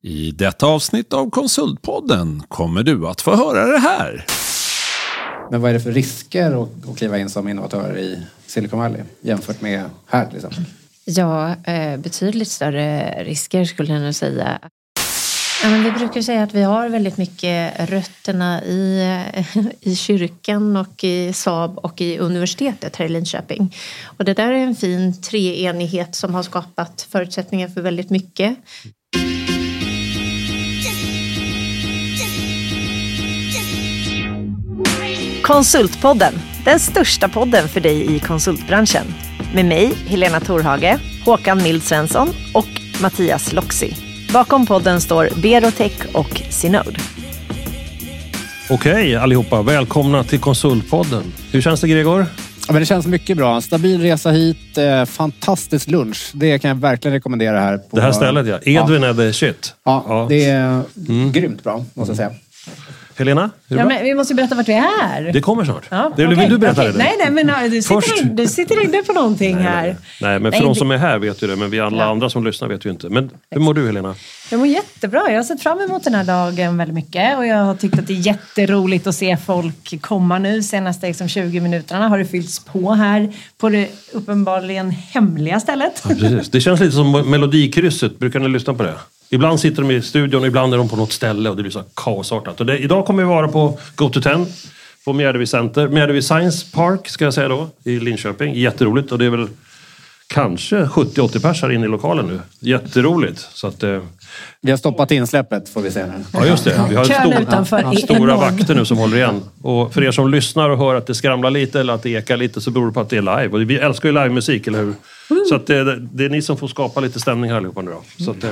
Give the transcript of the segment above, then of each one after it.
I detta avsnitt av Konsultpodden kommer du att få höra det här. Men vad är det för risker att kliva in som innovatör i Silicon Valley jämfört med här till exempel? Ja, betydligt större risker skulle jag nog säga. Ja, men vi brukar säga att vi har väldigt mycket rötterna i kyrkan och i Saab och i universitetet här i Linköping. Och det där är en fin treenighet som har skapat förutsättningar för väldigt mycket. Konsultpodden, den största podden för dig i konsultbranschen. Med mig, Helena Torhage, Håkan Mild Svensson och Mattias Loxi. Bakom podden står Berotech och Synode. Okej allihopa, välkomna till Konsultpodden. Hur känns det, Gregor? Ja, men det känns mycket bra. En stabil resa hit, fantastisk lunch. Det kan jag verkligen rekommendera här. På, det här stället, ja. Edvin är the shit. Ja, det är grymt bra, måste jag säga. Helena, hur är det bra? Men vi måste berätta vart vi är. Det kommer snart. Ja, Vill du berätta det? Nej, men du sitter inne på någonting här. Nej, men för de som är här vet ju det, men vi alla andra som lyssnar vet ju inte. Men hur mår du, Helena? Jag mår jättebra. Jag har sett fram emot den här dagen väldigt mycket. Och jag har tyckt att det är jätteroligt att se folk komma nu. Senaste 20 minuterna har det fyllts på här på det uppenbarligen hemliga stället. Ja, precis. Det känns lite som Melodikrysset. Brukar ni lyssna på det? Ibland sitter de i studion, ibland är de på något ställe och det blir så kaosartat. Och idag kommer vi vara på Go to 10 på Mjärdevi Center. Mjärdevi Science Park ska jag säga då, i Linköping. Jätteroligt och det är väl kanske 70-80 pers här inne i lokalen nu. Jätteroligt. Så att, vi har stoppat insläppet får vi se nu. Ja just det, vi har stora vakter nu som håller igen. Och för er som lyssnar och hör att det skramlar lite eller att det ekar lite så beror det på att det är live. Och vi älskar ju livemusik, eller hur? Så att det är ni som får skapa lite stämning här allihopa nu då. Så att,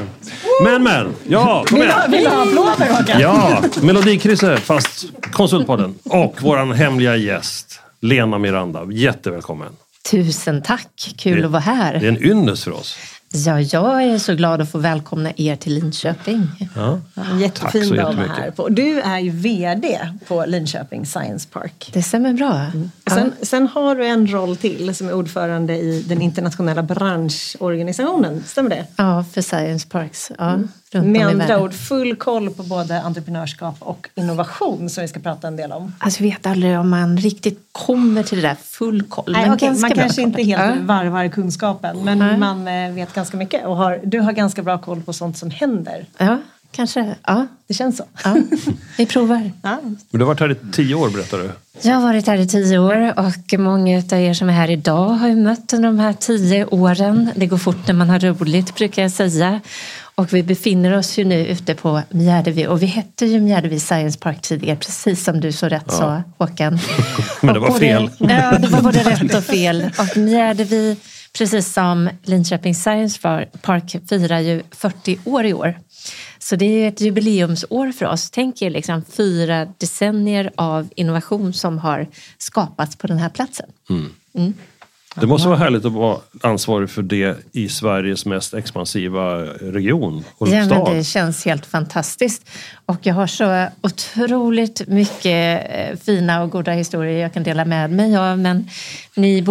ja, kom igen. Vill du ha applåder, Håkan? Ja, Melodikrysset fast Konsultpodden. Och våran hemliga gäst, Lena Miranda. Jättevälkommen. Tusen tack, kul att vara här. Det är en ynnest för oss. Ja, jag är så glad att få välkomna er till Linköping. Ja. Jättefin dag här på. Du är ju vd på Linköping Science Park. Det stämmer bra. Sen har du en roll till som är ordförande i den internationella branschorganisationen. Stämmer det? Ja, för Science Parks. Ja, med andra ord, full koll på både entreprenörskap och innovation som vi ska prata en del om. Alltså jag vet aldrig om man riktigt kommer till det där full koll. Nej, man kanske inte helt varvar kunskapen, men man vet ganska mycket. Och du har ganska bra koll på sånt som händer. Ja, kanske. Ja, det känns så. Ja, vi provar. Ja. Men du har varit här i 10 år, berättar du? Jag har varit här i 10 år och många av er som är här idag har ju mött under de här 10 åren. Det går fort när man har roligt, brukar jag säga. Och vi befinner oss ju nu ute på Mjärdevi. Och vi hette ju Mjärdevi Science Park tidigare, precis som du så rätt sa, Håkan. Men det var fel. Ja, det var både rätt och fel. Och Mjärdevi, precis som Linköping Science Park, firar ju 40 år i år. Så det är ett jubileumsår för oss. Tänk er 4 decennier av innovation som har skapats på den här platsen. Mm. Det måste vara härligt att vara ansvarig för det i Sveriges mest expansiva region och stad. Ja, men det känns helt fantastiskt. Och jag har så otroligt mycket fina och goda historier jag kan dela med mig av. Men ni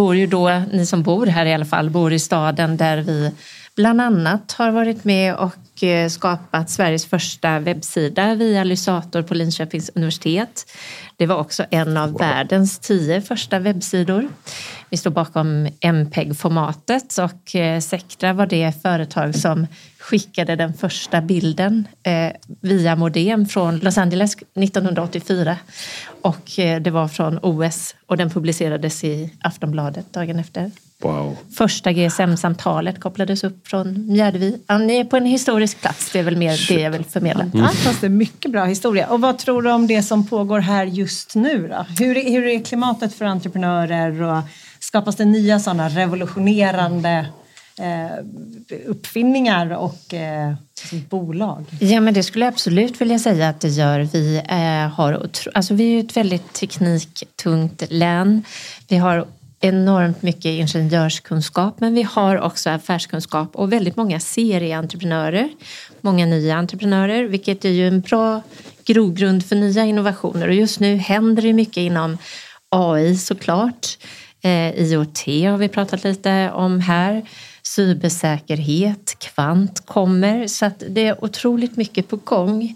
som bor här i alla fall, bor i staden där vi bland annat har varit med och skapat Sveriges första webbsida via Lysator på Linköpings universitet. Det var också en av världens 10 första webbsidor. Vi står bakom MPEG-formatet och Sectra var det företag som skickade den första bilden via modem från Los Angeles 1984. Och det var från OS och den publicerades i Aftonbladet dagen efter. Wow. Första GSM-samtalet kopplades upp från Mjärdevi. Ni är på en historisk plats, det är väl mer det jag vill förmedla. Fast det är mycket bra historia. Och vad tror du om det som pågår här just nu då? Hur är klimatet för entreprenörer och skapas det nya sådana revolutionerande uppfinningar och bolag? Ja, men det skulle jag absolut vilja säga att det gör. Vi är ju ett väldigt tekniktungt län. Vi har enormt mycket ingenjörskunskap, men vi har också affärskunskap och väldigt många serieentreprenörer, många nya entreprenörer, vilket är ju en bra grogrund för nya innovationer. Och just nu händer det mycket inom AI såklart. IoT har vi pratat lite om här. cybersäkerhet, kvant kommer. Så att det är otroligt mycket på gång.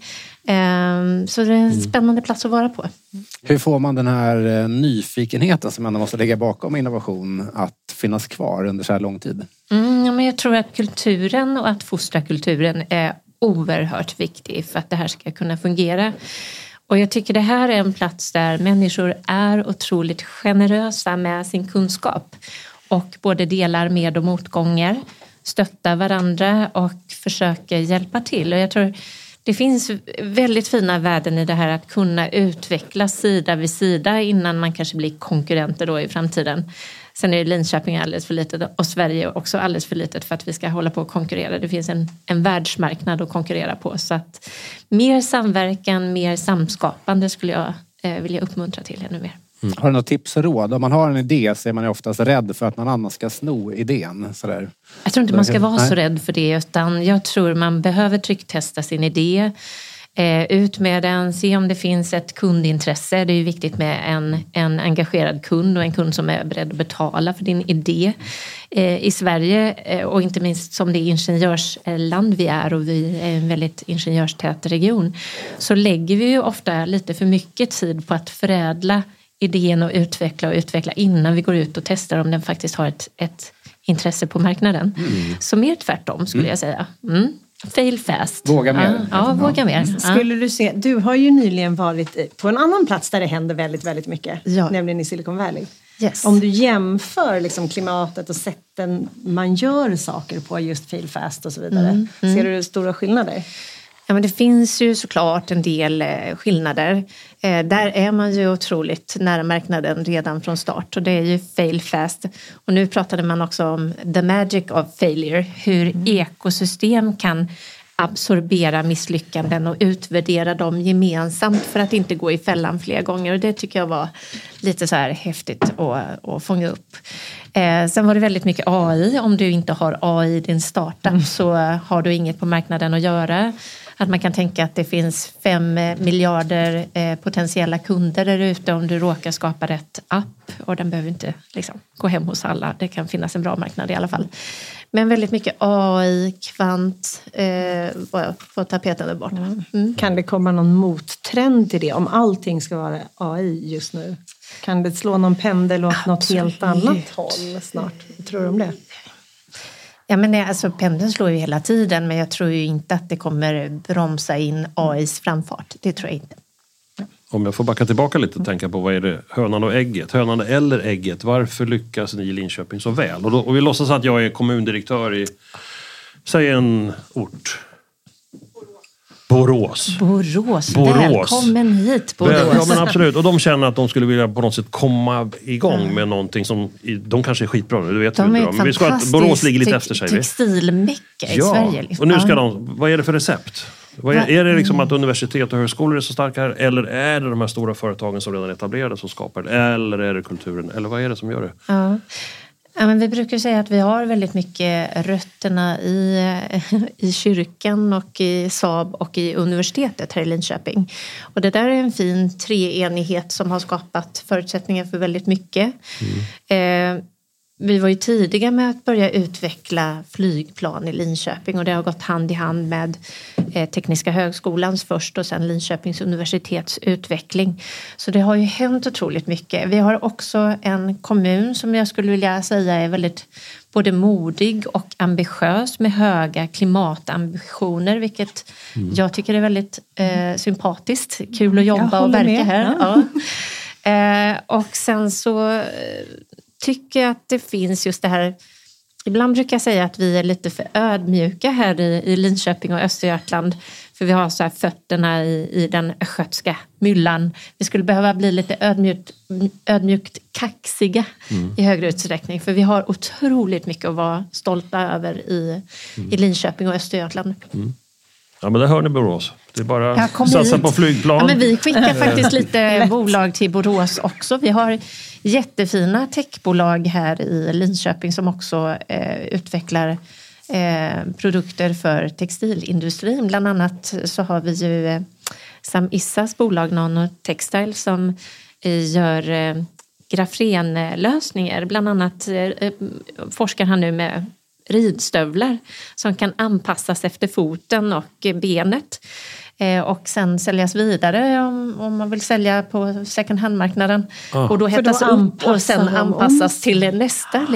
Så det är en spännande plats att vara på. Hur får man den här nyfikenheten som ändå måste ligga bakom innovation att finnas kvar under så här lång tid? Men jag tror att kulturen och att fostra kulturen är oerhört viktig för att det här ska kunna fungera. Och jag tycker det här är en plats där människor är otroligt generösa med sin kunskap och både delar med- och motgångar, stöttar varandra och försöker hjälpa till. Och jag tror det finns väldigt fina värden i det här att kunna utveckla sida vid sida innan man kanske blir konkurrenter då i framtiden. Sen är Linköping alldeles för litet och Sverige också alldeles för litet för att vi ska hålla på och konkurrera. Det finns en världsmarknad att konkurrera på. Så att mer samverkan, mer samskapande skulle jag vilja uppmuntra till ännu mer. Har du något tips och råd? Om man har en idé så är man ju oftast rädd för att någon annan ska sno idén. Sådär. Jag tror inte man ska vara så rädd för det, utan jag tror man behöver trycktesta sin idé. Ut med den, se om det finns ett kundintresse. Det är ju viktigt med en engagerad kund och en kund som är beredd att betala för din idé. I Sverige, och inte minst som det ingenjörsland vi är och vi är en väldigt ingenjörstät region, så lägger vi ju ofta lite för mycket tid på att förädla idén och utveckla innan vi går ut och testar om den faktiskt har ett intresse på marknaden. Så mer tvärtom skulle jag säga. Fail fast. Våga mer. Ja, våga mer. Skulle du se, du har ju nyligen varit på en annan plats där det händer väldigt, väldigt mycket. Ja. Nämligen i Silicon Valley. Yes. Om du jämför liksom klimatet och sätten man gör saker på, just fail fast och så vidare. Ser du stora skillnader? Ja, men det finns ju såklart en del skillnader. Där är man ju otroligt nära marknaden redan från start. Och det är ju fail fast. Och nu pratade man också om the magic of failure. Hur ekosystem kan absorbera misslyckanden och utvärdera dem gemensamt för att inte gå i fällan fler gånger. Och det tycker jag var lite så här häftigt att fånga upp. Sen var det väldigt mycket AI. Om du inte har AI i din startup så har du inget på marknaden att göra. Att man kan tänka att det finns 5 miljarder potentiella kunder där ute om du råkar skapa rätt app. Och den behöver inte liksom gå hem hos alla. Det kan finnas en bra marknad i alla fall. Men väldigt mycket AI, kvant, var tapeten där borta. Kan det komma någon mottrend till det? Om allting ska vara AI just nu. Kan det slå någon pendel åt något helt annat håll snart? Vad tror du om det? Ja, men alltså, pendeln slår ju hela tiden, men jag tror ju inte att det kommer bromsa in AIs framfart. Det tror jag inte. Om jag får backa tillbaka lite och tänka på vad är det hönan och ägget? Hönan eller ägget? Varför lyckas ni i Linköping så väl? Och vi låtsas att jag är kommundirektör i, säg en ort. Borås. Välkommen hit Borås. Ja, men absolut. Och de känner att de skulle vilja på något sätt komma igång med någonting som, de kanske är skitbra nu, det vet vi inte. Men vi ska att Borås ligger lite efter sig. Textilmecka i Sverige. Liksom. Och nu ska vad är det för recept? Är det liksom att universitet och högskolor är så starka här? Eller är det de här stora företagen som redan är etablerade som skapar det? Eller är det kulturen? Eller vad är det som gör det? Ja, men vi brukar säga att vi har väldigt mycket rötterna i kyrkan och i Saab och i universitetet här i Linköping. Och det där är en fin treenighet som har skapat förutsättningar för väldigt mycket. Vi var ju tidiga med att börja utveckla flygplan i Linköping och det har gått hand i hand med Tekniska högskolans först och sen Linköpings universitets utveckling. Så det har ju hänt otroligt mycket. Vi har också en kommun som jag skulle vilja säga är väldigt både modig och ambitiös med höga klimatambitioner, vilket jag tycker är väldigt sympatiskt. Kul att jobba och verka här. Ja. Och sen så tycker jag att det finns just det här, ibland brukar jag säga att vi är lite för ödmjuka här i Linköping och Östergötland, för vi har så här fötterna i den östgötska myllan. Vi skulle behöva bli lite ödmjukt kaxiga i högre utsträckning, för vi har otroligt mycket att vara stolta över i Linköping och Östergötland. Ja, men det hör ni Borås. Det är bara att satsa på flygplan. Ja, men vi skickar faktiskt lite bolag till Borås också. Vi har jättefina techbolag här i Linköping som också utvecklar produkter för textilindustrin. Bland annat så har vi ju Sam Issas bolag Nanotextile som gör grafenlösningar. Bland annat forskar han nu med ridstövlar som kan anpassas efter foten och benet. Och sen säljas vidare om man vill sälja på second hand-marknaden. Och då hettas upp och sen anpassas till nästa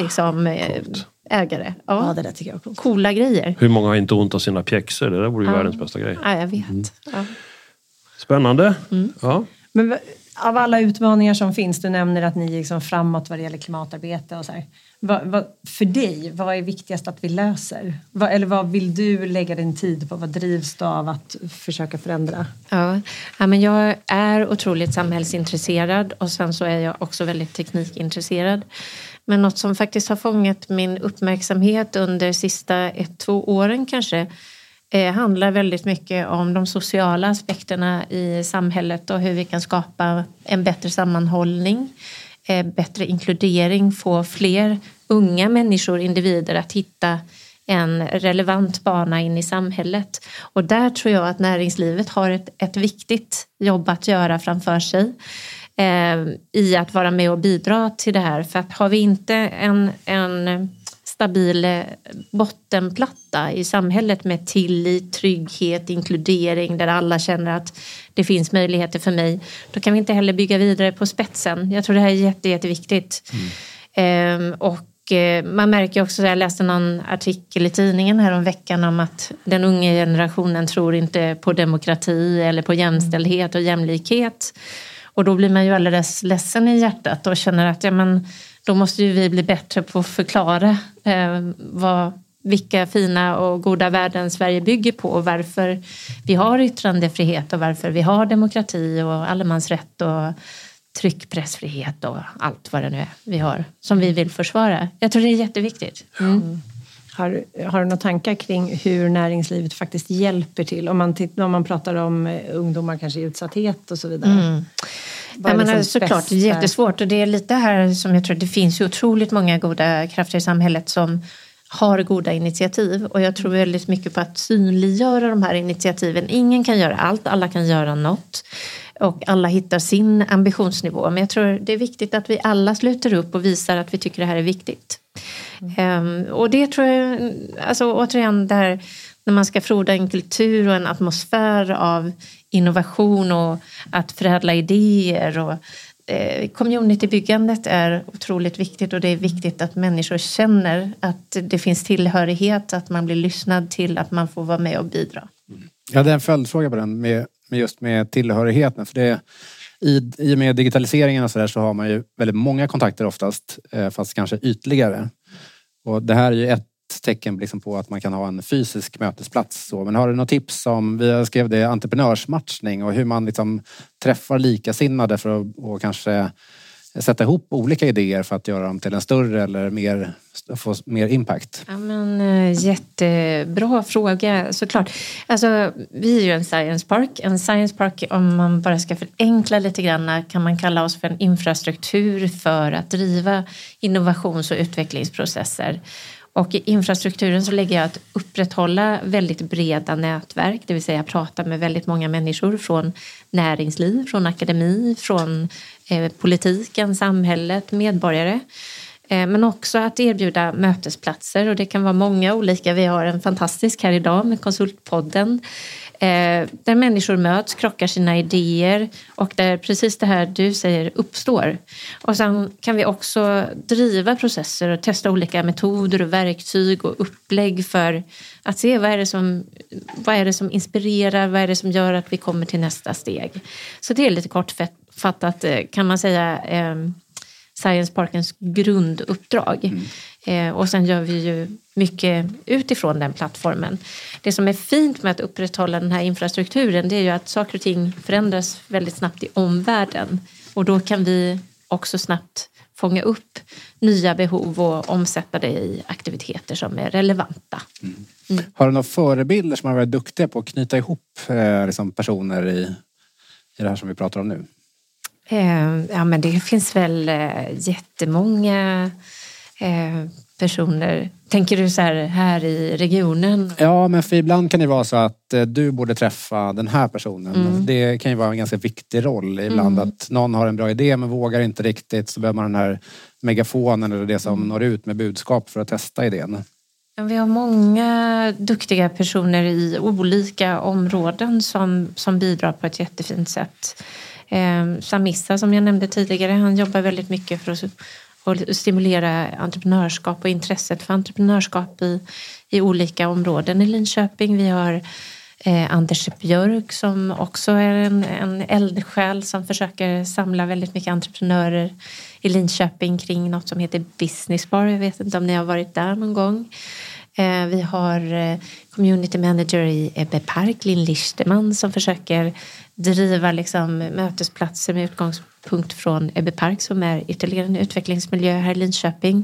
ägare. Ja, det där tycker jag är coolt. Coola grejer. Hur många har inte ont av sina pjäxor? Det där vore ju världens bästa grej. Ja, jag vet. Ja. Spännande. Ja. Men av alla utmaningar som finns, du nämner att ni är framåt vad det gäller klimatarbete och så här. För dig, vad är viktigast att vi löser? Vad vill du lägga din tid på? Vad drivs du av att försöka förändra? Ja, men jag är otroligt samhällsintresserad och sen så är jag också väldigt teknikintresserad. Men något som faktiskt har fångat min uppmärksamhet under sista 1-2 åren kanske handlar väldigt mycket om de sociala aspekterna i samhället och hur vi kan skapa en bättre sammanhållning, bättre inkludering, få fler unga människor, individer att hitta en relevant bana in i samhället. Och där tror jag att näringslivet har ett viktigt jobb att göra framför sig i att vara med och bidra till det här. För att har vi inte en stabil bottenplatta i samhället med tillit, trygghet, inkludering där alla känner att det finns möjligheter för mig, då kan vi inte heller bygga vidare på spetsen. Jag tror det här är jätteviktigt. Och man märker också, jag läste någon artikel i tidningen här om veckan om att den unga generationen tror inte på demokrati eller på jämställdhet och jämlikhet. Och då blir man ju alldeles ledsen i hjärtat och känner att då måste ju vi bli bättre på att förklara vilka fina och goda värden Sverige bygger på och varför vi har yttrandefrihet och varför vi har demokrati och allemansrätt och tryckpressfrihet och allt vad det nu är vi har som vi vill försvara. Jag tror det är jätteviktigt. Har du några tankar kring hur näringslivet faktiskt hjälper till? Om man pratar om ungdomar kanske i utsatthet och så vidare. Såklart, det är jättesvårt och det är lite här som jag tror det finns ju otroligt många goda krafter i samhället som har goda initiativ och jag tror väldigt mycket på att synliggöra de här initiativen. Ingen kan göra allt, alla kan göra något och alla hittar sin ambitionsnivå. Men jag tror det är viktigt att vi alla sluter upp och visar att vi tycker det här är viktigt. Och det tror jag, alltså återigen där när man ska froda en kultur och en atmosfär av innovation och att förädla idéer och communitybyggandet är otroligt viktigt och det är viktigt att människor känner att det finns tillhörighet, att man blir lyssnad till, att man får vara med och bidra. Jag hade en följdfråga på den med tillhörigheten, för det i och med digitaliseringen och så har man ju väldigt många kontakter oftast, fast kanske ytligare. Och det här är ju ett tecken på att man kan ha en fysisk mötesplats. Så. Men har du något tips om, vi skrev det, entreprenörsmatchning och hur man träffar likasinnade för att kanske sätta ihop olika idéer för att göra dem till en större eller få mer impact? Ja, men, jättebra fråga såklart. Alltså, vi är ju en science park. En science park, om man bara ska förenkla lite grann, kan man kalla oss för en infrastruktur för att driva innovations- och utvecklingsprocesser. Och i infrastrukturen så lägger jag att upprätthålla väldigt breda nätverk, det vill säga prata med väldigt många människor från näringsliv, från akademi, från politiken, samhället, medborgare. Men också att erbjuda mötesplatser och det kan vara många olika. Vi har en fantastisk här idag med Konsultpodden där människor möts, krockar sina idéer och där precis det här du säger uppstår. Och sen kan vi också driva processer och testa olika metoder och verktyg och upplägg för att se vad är det som inspirerar, vad är det som gör att vi kommer till nästa steg. Så det är lite kortfattat kan man säga Science Parkens grunduppdrag. Och sen gör vi ju mycket utifrån den plattformen. Det som är fint med att upprätthålla den här infrastrukturen, det är ju att saker och ting förändras väldigt snabbt i omvärlden. Och då kan vi också snabbt fånga upp nya behov och omsätta det i aktiviteter som är relevanta. Har du några förebilder som har varit duktiga på att knyta ihop personer i det här som vi pratar om nu? Ja, men det finns väl jättemånga personer. Tänker du så här i regionen? Ja, men för ibland kan det vara så att du borde träffa den här personen. Det kan ju vara en ganska viktig roll ibland att någon har en bra idé men vågar inte riktigt, så behöver man den här megafonen eller det som når ut med budskap för att testa idén. Vi har många duktiga personer i olika områden som bidrar på ett jättefint sätt. Samissa som jag nämnde tidigare, han jobbar väldigt mycket för att stimulera entreprenörskap och intresset för entreprenörskap i olika områden i Linköping. Vi har Anders Björk som också är en eldsjäl som försöker samla väldigt mycket entreprenörer i Linköping kring något som heter Business Bar. Jag vet inte om ni har varit där någon gång. Vi har community manager i Ebbe Park, Linn Lichterman, som försöker driva liksom mötesplatser med utgångspunkt från Ebbe Park som är ytterligare en utvecklingsmiljö här i Linköping.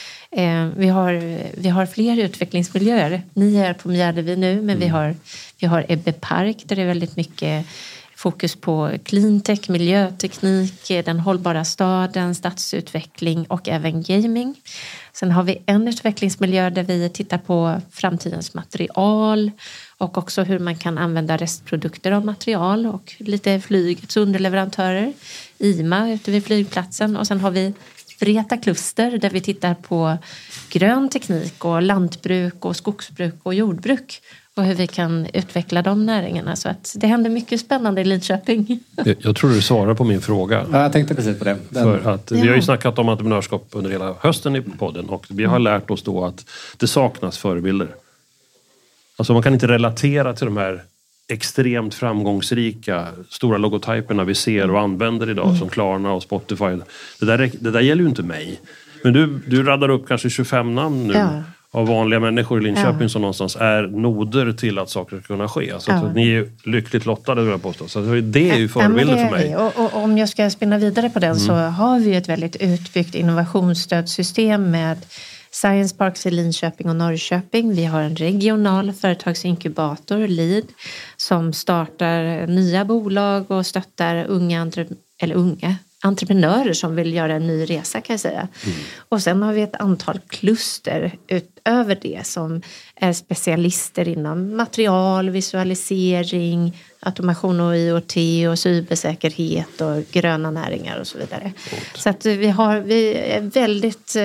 Vi har fler utvecklingsmiljöer. Ni är på Mjärdevi nu, men vi har Ebbe Park där det är väldigt mycket fokus på cleantech, miljöteknik, den hållbara staden, stadsutveckling och även gaming. Sen har vi en utvecklingsmiljö där vi tittar på framtidens material och också hur man kan använda restprodukter av material och lite flygets underleverantörer. IMA ute vid flygplatsen, och sen har vi Vreta kluster där vi tittar på grön teknik och lantbruk och skogsbruk och jordbruk och hur vi kan utveckla de näringarna. Så att det händer mycket spännande i Linköping. Jag tror du svarar på min fråga. Ja, jag tänkte precis på det. För att vi har ju snackat om entreprenörskap under hela hösten i podden och vi har lärt oss då att det saknas förebilder. Alltså man kan inte relatera till de här extremt framgångsrika stora logotyperna vi ser och använder idag som Klarna och Spotify. Det där gäller ju inte mig. Men du raddar upp kanske 25 namn nu av vanliga människor i Linköping som någonstans är noder till att saker ska kunna ske. Alltså, så ni är lyckligt lottade, vill jag påstå. Så det är ju förebilder för mig. Och om jag ska spinna vidare på den så har vi ett väldigt utbyggt innovationsstödsystem med Science Parks i Linköping och Norrköping. Vi har en regional företagsinkubator, LEAD, som startar nya bolag och stöttar unga entreprenörer som vill göra en ny resa, kan jag säga. Och sen har vi ett antal kluster utöver det som är specialister inom material, visualisering, automation och IoT och cybersäkerhet och gröna näringar och så vidare. Så att vi är väldigt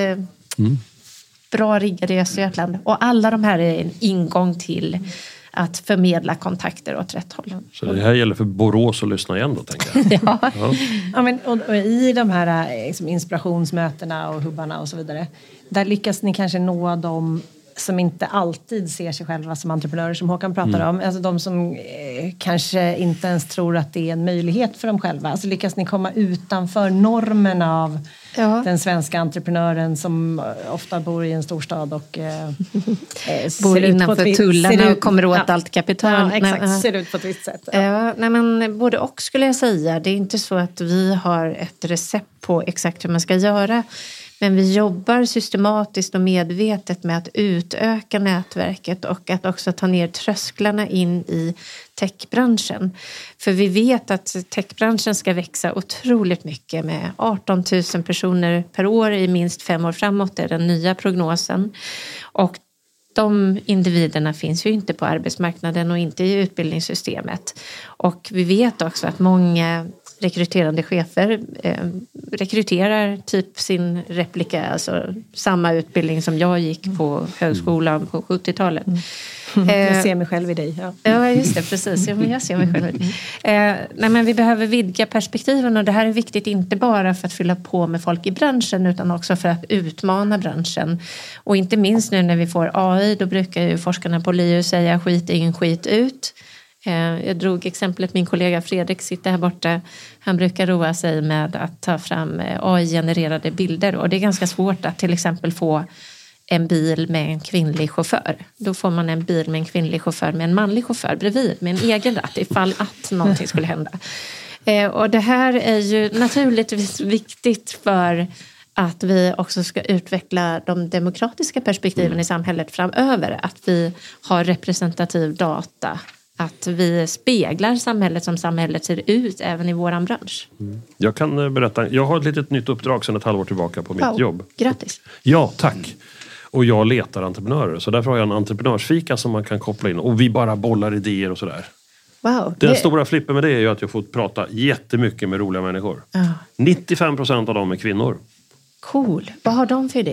bra riggade i Östergötland. Och alla de här är en ingång till att förmedla kontakter åt rätt håll. Så det här gäller för Borås att lyssna igen då, tänker jag. Ja, men, och i de här liksom, inspirationsmötena och hubbarna och så vidare, där lyckas ni kanske nå dem som inte alltid ser sig själva som entreprenörer, som Håkan pratar om. Alltså de som kanske inte ens tror att det är en möjlighet för dem själva. Alltså lyckas ni komma utanför normen av den svenska entreprenören som ofta bor i en storstad och bor innanför tullarna och kommer åt allt kapital. Ja, exakt. Ser ut på ett visst sätt. Nej, men både och skulle jag säga. Det är inte så att vi har ett recept på exakt hur man ska göra. Men vi jobbar systematiskt och medvetet med att utöka nätverket och att också ta ner trösklarna in i techbranschen. För vi vet att techbranschen ska växa otroligt mycket med 18 000 personer per år i minst 5 år framåt, är den nya prognosen. Och de individerna finns ju inte på arbetsmarknaden och inte i utbildningssystemet. Och vi vet också att många rekryterande chefer rekryterar typ sin replika, alltså samma utbildning som jag gick på högskolan på 70-talet. Jag ser mig själv i dig. Ja, just det, precis. Ja, men jag ser mig själv i dig. Nej, men vi behöver vidga perspektiven, och det här är viktigt inte bara för att fylla på med folk i branschen utan också för att utmana branschen. Och inte minst nu när vi får AI, då brukar ju forskarna på LiU säga skit in, skit ut. Jag drog exemplet, min kollega Fredrik sitter här borta. Han brukar roa sig med att ta fram AI-genererade bilder. Och det är ganska svårt att till exempel få en bil med en kvinnlig chaufför. Då får man en bil med en kvinnlig chaufför med en manlig chaufför bredvid med en egen ratt ifall att någonting skulle hända. Och det här är ju naturligtvis viktigt för att vi också ska utveckla de demokratiska perspektiven i samhället framöver. Att vi har representativ data. Att vi speglar samhället som samhället ser ut även i våran bransch. Jag kan berätta, jag har ett litet nytt uppdrag sedan ett halvår tillbaka på mitt jobb. Grattis. Ja, tack. Och jag letar entreprenörer. Så därför har jag en entreprenörsfika som man kan koppla in. Och vi bara bollar idéer och sådär. Wow. Den stora flippen med det är ju att jag får prata jättemycket med roliga människor. 95% av dem är kvinnor. Cool. Vad har de för idéer?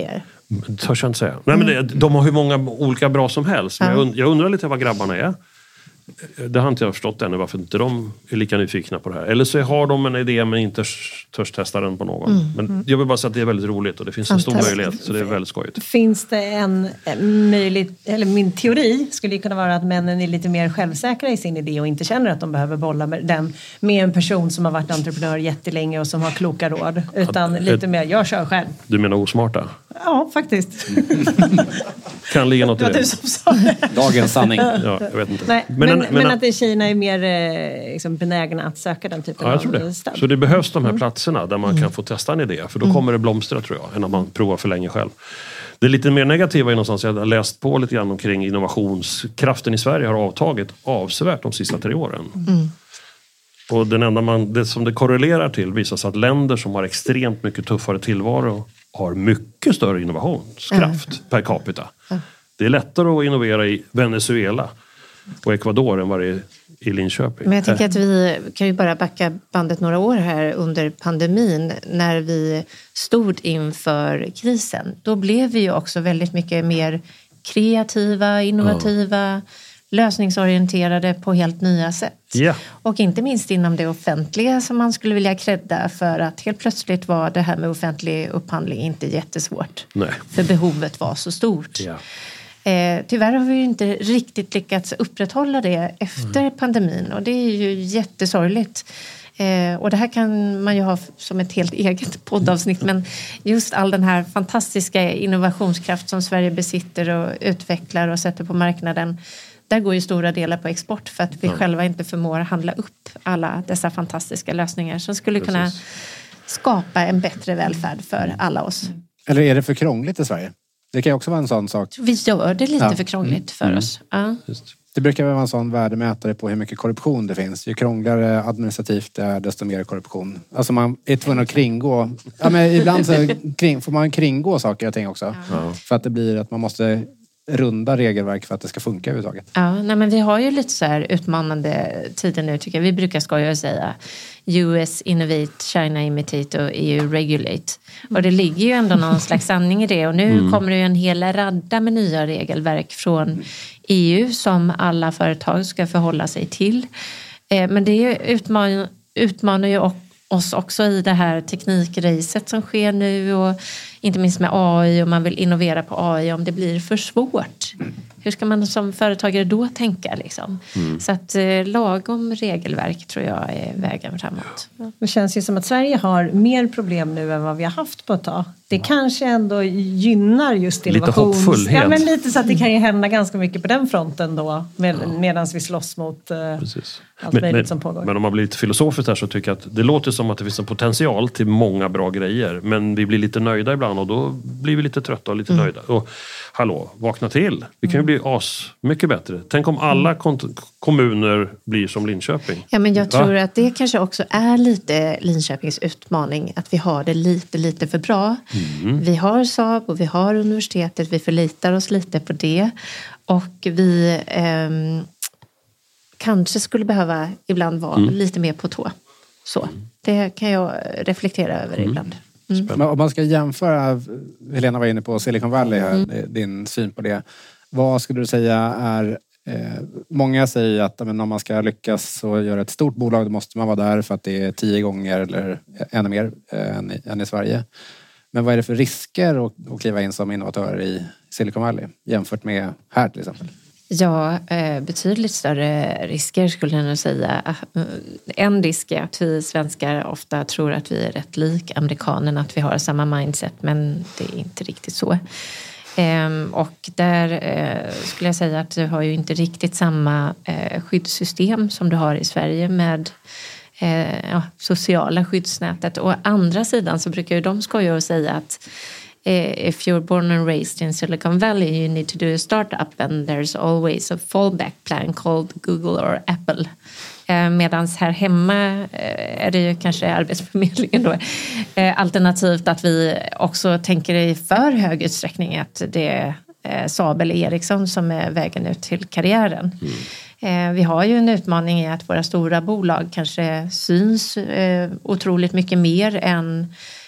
Det törs jag inte säga. Nej, men de har hur många olika bra som helst. Men jag undrar lite vad grabbarna är. Det har inte jag förstått ännu varför inte de är lika nyfikna på det här. Eller så har de en idé men inte törs testa den på någon. Men jag vill bara säga att det är väldigt roligt och det finns en stor möjlighet. Så det är väldigt skojigt. Finns det en möjlighet, eller min teori skulle ju kunna vara att männen är lite mer självsäkra i sin idé och inte känner att de behöver bolla med den med en person som har varit entreprenör jättelänge och som har kloka råd. Utan lite mer, jag kör själv. Du menar osmarta? Ja, faktiskt. Kan ligga något i det. Det var du som sa det. Dagens sanning. Ja, jag vet inte. Nej, men att tjejerna är mer liksom, benägna att söka den typen jag tror av det. stöd. Så det behövs de här platserna där man kan få testa en idé. För då kommer det blomstra tror jag, än om man provar för länge själv. Det lite mer negativa är någonstans, jag har läst på lite grann omkring innovationskraften i Sverige har avtagit avsevärt de sista 3 åren. Och det som det korrelerar till visar sig att länder som har extremt mycket tuffare tillvaro har mycket större innovationskraft per capita. Det är lättare att innovera i Venezuela och Ecuador än vad det är i Linköping. Men jag tänker att vi kan ju bara backa bandet några år här under pandemin när vi stod inför krisen. Då blev vi ju också väldigt mycket mer kreativa, innovativa, lösningsorienterade på helt nya sätt. Ja. Och inte minst inom det offentliga som man skulle vilja credda för att helt plötsligt var det här med offentlig upphandling inte jättesvårt. Nej. För behovet var så stort. Ja. Tyvärr har vi ju inte riktigt lyckats upprätthålla det efter pandemin och det är ju jättesorgligt. Och det här kan man ju ha som ett helt eget poddavsnitt, men just all den här fantastiska innovationskraft som Sverige besitter och utvecklar och sätter på marknaden, där går ju stora delar på export för att vi själva inte förmår handla upp alla dessa fantastiska lösningar som skulle kunna skapa en bättre välfärd för alla oss. Eller är det för krångligt i Sverige? Det kan ju också vara en sån sak. Vi gör det lite för krångligt för oss. Ja. Det brukar vara en sån värdemätare på hur mycket korruption det finns. Ju krångligare administrativt det är, desto mer korruption. Alltså man är tvungen att kringgå. Ja, men ibland så får man kringgå saker och ting också. För att det blir att man måste runda regelverk för att det ska funka överhuvudtaget. Ja, nej, men vi har ju lite så här utmanande tider nu tycker jag. Vi brukar skoja och säga US innovate, China imitate och EU regulate. Och det ligger ju ändå någon slags sanning i det. Och nu kommer det ju en hel radda med nya regelverk från EU som alla företag ska förhålla sig till. Men det utmanar ju oss också i det här teknikracet som sker nu och inte minst med AI och man vill innovera på AI om det blir för svårt. Hur ska man som företagare då tänka liksom? Så att lagom regelverk tror jag är vägen framåt. Det känns ju som att Sverige har mer problem nu än vad vi har haft på ett tag. Det kanske ändå gynnar just innovation. Lite hoppfullhet. Ja, men lite så att det kan ju hända ganska mycket på den fronten då. Medan vi slåss mot allt möjligt som pågår. Men om man blir lite filosofiskt här så tycker jag att det låter som att det finns en potential till många bra grejer. Men vi blir lite nöjda ibland och då blir vi lite trötta och lite nöjda. Och hallå, vakna till. Vi kan ju bli mycket bättre. Tänk om alla kommuner blir som Linköping. Ja, men jag tror att det kanske också är lite Linköpings utmaning. Att vi har det lite för bra. Vi har Saab och vi har universitetet. Vi förlitar oss lite på det. Och vi kanske skulle behöva ibland vara lite mer på tå. Så, det kan jag reflektera över ibland. Men om man ska jämföra, Helena var inne på Silicon Valley här, din syn på det. Vad skulle du säga är, många säger att om man ska lyckas och göra ett stort bolag då måste man vara där för att det är 10 gånger eller ännu mer än i Sverige. Men vad är det för risker att kliva in som innovatör i Silicon Valley jämfört med här till exempel? Ja, betydligt större risker skulle jag nog säga. En risk är att vi svenskar ofta tror att vi är rätt lik amerikanerna, att vi har samma mindset, men det är inte riktigt så. Och där skulle jag säga att du har ju inte riktigt samma skyddssystem som du har i Sverige med sociala skyddsnätet. Och å andra sidan så brukar ju de skoja och säga att if you're born and raised in Silicon Valley you need to do a startup and there's always a fallback plan called Google or Apple. Medan här hemma är det ju kanske Arbetsförmedlingen då. Alternativt att vi också tänker i för hög utsträckning att det är Saab eller Ericsson som är vägen ut till karriären. Vi har ju en utmaning i att våra stora bolag kanske syns otroligt mycket mer än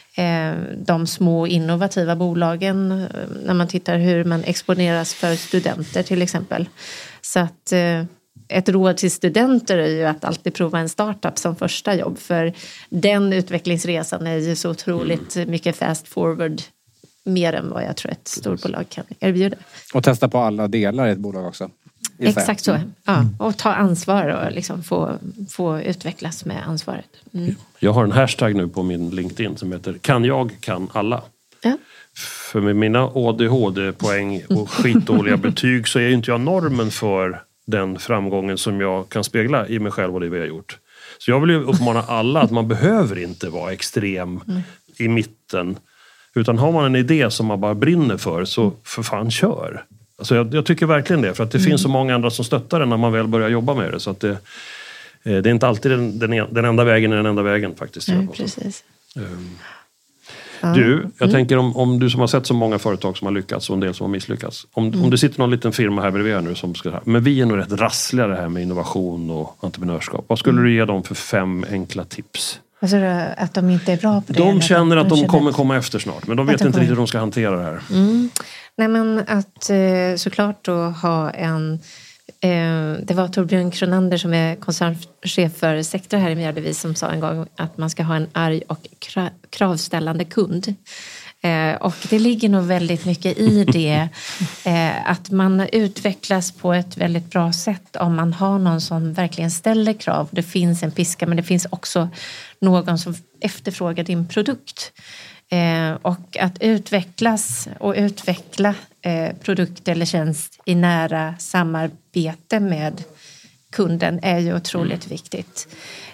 de små innovativa bolagen när man tittar hur man exponeras för studenter till exempel. Så att ett råd till studenter är ju att alltid prova en startup som första jobb, för den utvecklingsresan är ju så otroligt mycket fast forward, mer än vad jag tror ett storbolag kan erbjuda. Och testa på alla delar i ett bolag också. Exakt så. Ja, och ta ansvar och liksom få utvecklas med ansvaret. Mm. Jag har en hashtag nu på min LinkedIn som heter "Kan jag, kan alla". Ja. För med mina ADHD-poäng och skitdåliga betyg så är ju inte jag normen för den framgången som jag kan spegla i mig själv och det vi har gjort. Så jag vill ju uppmana alla att man behöver inte vara extrem i mitten. Utan har man en idé som man bara brinner för, så för fan kör. Alltså jag tycker verkligen det. För att det finns så många andra som stöttar en när man väl börjar jobba med det. Så att det är inte alltid den enda vägen är den enda vägen faktiskt. Nej, precis. Du, jag tänker om du som har sett så många företag som har lyckats och en del som har misslyckats. Om det sitter någon liten firma här bredvid nu som ska... Men vi är nog rätt rassliga det här med innovation och entreprenörskap. Vad skulle du ge dem för 5 enkla tips? Alltså att de inte är bra på det? De känner att de kommer komma efter snart. Men de vet inte riktigt hur de ska hantera det här. Nej, men att såklart då ha en... det var Torbjörn Kronander som är koncernchef för Sectra här i Mjärdevi som sa en gång att man ska ha en arg och kravställande kund. Och det ligger nog väldigt mycket i det. Att man utvecklas på ett väldigt bra sätt om man har någon som verkligen ställer krav. Det finns en piska, men det finns också någon som efterfrågar din produkt. Och att utvecklas och utveckla produkt eller tjänst i nära samarbete med kunden är ju otroligt viktigt.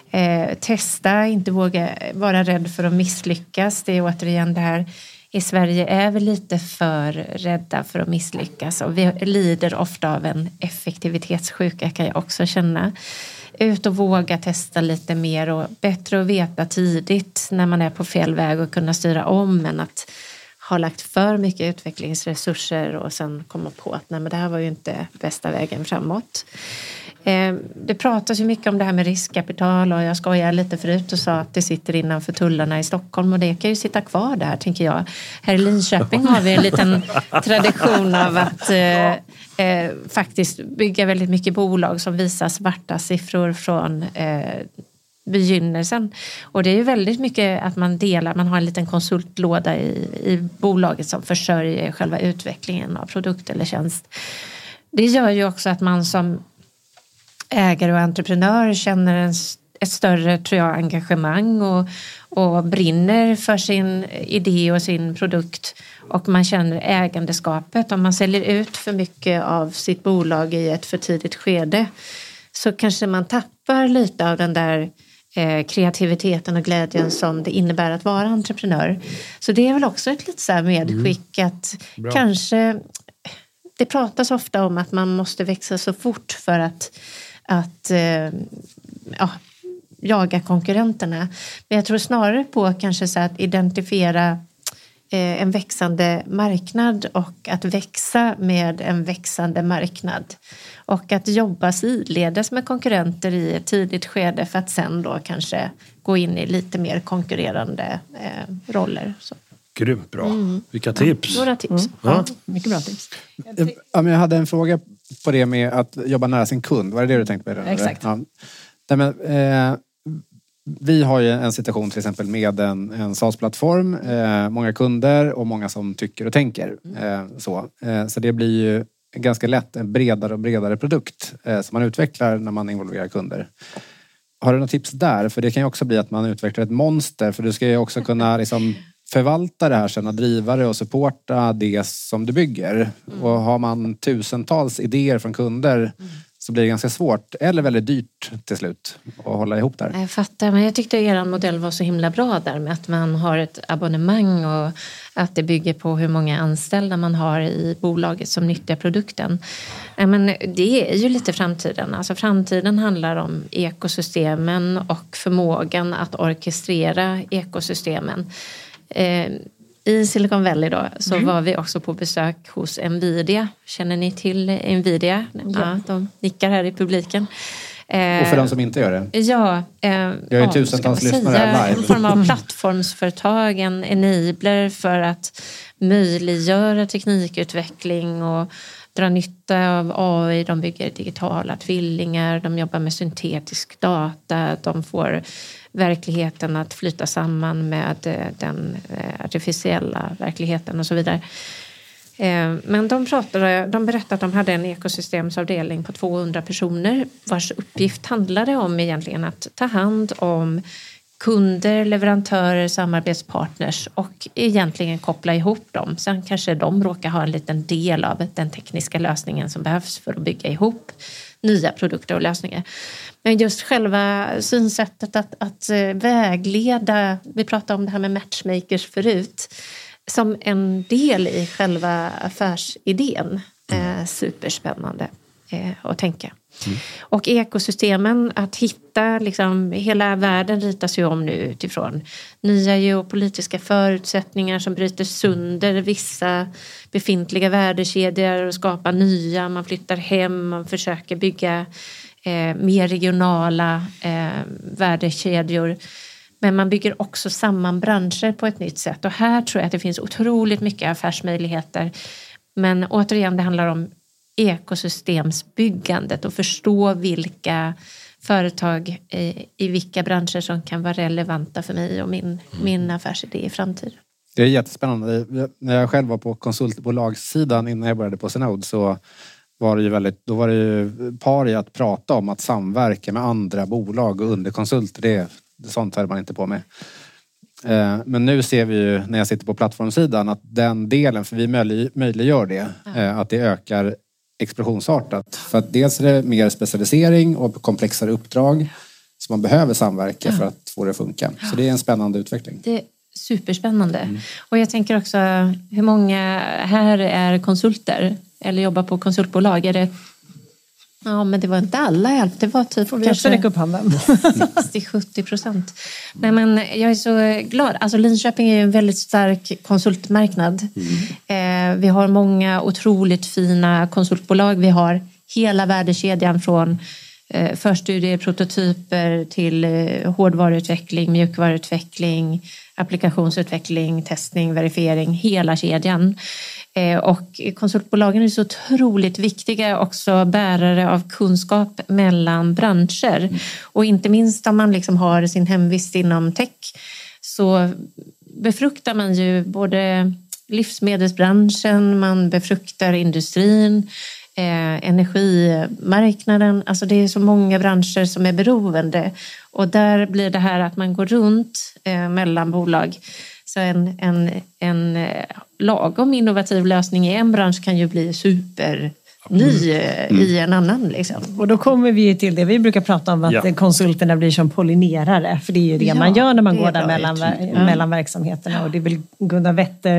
Testa, inte våga vara rädd för att misslyckas. Det är återigen det här, i Sverige är vi lite för rädda för att misslyckas och vi lider ofta av en effektivitetssjuka, kan jag också känna. Ut och våga testa lite mer och bättre att veta tidigt när man är på fel väg och kunna styra om, än att ha lagt för mycket utvecklingsresurser och sen komma på att nej, men det här var ju inte bästa vägen framåt. Det pratas ju mycket om det här med riskkapital och jag skojade lite förut och sa att det sitter innanför tullarna i Stockholm och det kan ju sitta kvar där, tänker jag. Här i Linköping har vi en liten tradition av att faktiskt bygga väldigt mycket bolag som visar svarta siffror från begynnelsen. Och det är ju väldigt mycket att man delar, man har en liten konsultlåda i bolaget som försörjer själva utvecklingen av produkt eller tjänst. Det gör ju också att man som ägare och entreprenör känner ett större, tror jag, engagemang och brinner för sin idé och sin produkt, och man känner ägandeskapet. Om man säljer ut för mycket av sitt bolag i ett för tidigt skede så kanske man tappar lite av den där kreativiteten och glädjen som det innebär att vara entreprenör. Så det är väl också ett lite så här medskick att kanske, det pratas ofta om att man måste växa så fort för att jaga konkurrenterna. Men jag tror snarare på kanske så att identifiera en växande marknad och att växa med en växande marknad. Och att jobba sidledes med konkurrenter i ett tidigt skede för att sen då kanske gå in i lite mer konkurrerande roller. Så. Grymt bra. Vilka tips. Några tips. Ja, mycket bra tips. Ja, men jag hade en fråga på det med att jobba nära sin kund. Var det du tänkte på? Exakt. Ja. Nej, men, vi har ju en situation till exempel med en SaaS-plattform. Många kunder och många som tycker och tänker. Så det blir ju ganska lätt en bredare och bredare produkt som man utvecklar när man involverar kunder. Har du några tips där? För det kan ju också bli att man utvecklar ett monster. För du ska ju också kunna liksom förvalta det här sen och driva det och supporta det som du bygger. Och har man tusentals idéer från kunder så blir det ganska svårt eller väldigt dyrt till slut att hålla ihop där. Jag fattar, men jag tyckte er modell var så himla bra där med att man har ett abonnemang och att det bygger på hur många anställda man har i bolaget som nyttjar produkten. Men det är ju lite framtiden. Alltså framtiden handlar om ekosystemen och förmågan att orkestrera ekosystemen. I Silicon Valley då så var vi också på besök hos Nvidia. Känner ni till Nvidia? Ja, de nickar här i publiken. Och för de som inte gör det? Ja. Jag har ju tusentals lyssnare här live. En form av plattformsföretag, en enabler för att möjliggöra teknikutveckling och dra nytta av AI. De bygger digitala tvillingar, de jobbar med syntetisk data, de får verkligheten att flyta samman med den artificiella verkligheten och så vidare. Men de berättade att de hade en ekosystemsavdelning på 200 personer vars uppgift handlade om egentligen att ta hand om kunder, leverantörer, samarbetspartners och egentligen koppla ihop dem. Sen kanske de råkar ha en liten del av den tekniska lösningen som behövs för att bygga ihop nya produkter och lösningar. Men just själva synsättet att vägleda, vi pratade om det här med matchmakers förut, som en del i själva affärsidén. Superspännande att tänka. Och ekosystemen, att hitta, liksom, hela världen ritas ju om nu utifrån nya geopolitiska förutsättningar som bryter sönder vissa befintliga värdekedjor och skapar nya. Man flyttar hem, man försöker bygga mer regionala värdekedjor. Men man bygger också samman branscher på ett nytt sätt. Och här tror jag att det finns otroligt mycket affärsmöjligheter. Men återigen, det handlar om ekosystemsbyggandet och förstå vilka företag i vilka branscher som kan vara relevanta för mig och min affärsidé i framtiden. Det är jättespännande. När jag själv var på konsultbolagssidan innan jag började på Zenode så var det ju då var det ju par i att prata om att samverka med andra bolag och underkonsulter. Sånt hör man inte på med. Men nu ser vi ju när jag sitter på plattformsidan att den delen, för vi möjliggör det, att det ökar explosionsartat. För att dels är det mer specialisering och komplexare uppdrag som man behöver samverka för att få det att funka. Så det är en spännande utveckling. Det är superspännande. Och jag tänker också, hur många här är konsulter eller jobbar på konsultbolag? Är det... Ja, men det var inte alla. Det var typ får vi kanske räcka upp handen. 60-70%. Nej, men jag är så glad. Alltså Linköping är ju en väldigt stark konsultmarknad. Vi har många otroligt fina konsultbolag. Vi har hela värdekedjan från förstudier, prototyper till hårdvaruutveckling, mjukvaruutveckling, applikationsutveckling, testning, verifiering. Hela kedjan. Och konsultbolagen är så otroligt viktiga, också bärare av kunskap mellan branscher. Och inte minst om man liksom har sin hemvist inom tech så befruktar man ju både livsmedelsbranschen, man befruktar industrin, energimarknaden. Alltså det är så många branscher som är beroende. Och där blir det här att man går runt mellan bolag. Så en lagom innovativ lösning i en bransch kan ju bli superny i en annan. Liksom. Och då kommer vi till det vi brukar prata om, att konsulterna blir som pollinerare. För det är ju det man gör när man går där mellan verksamheterna. Och det är väl Gunnar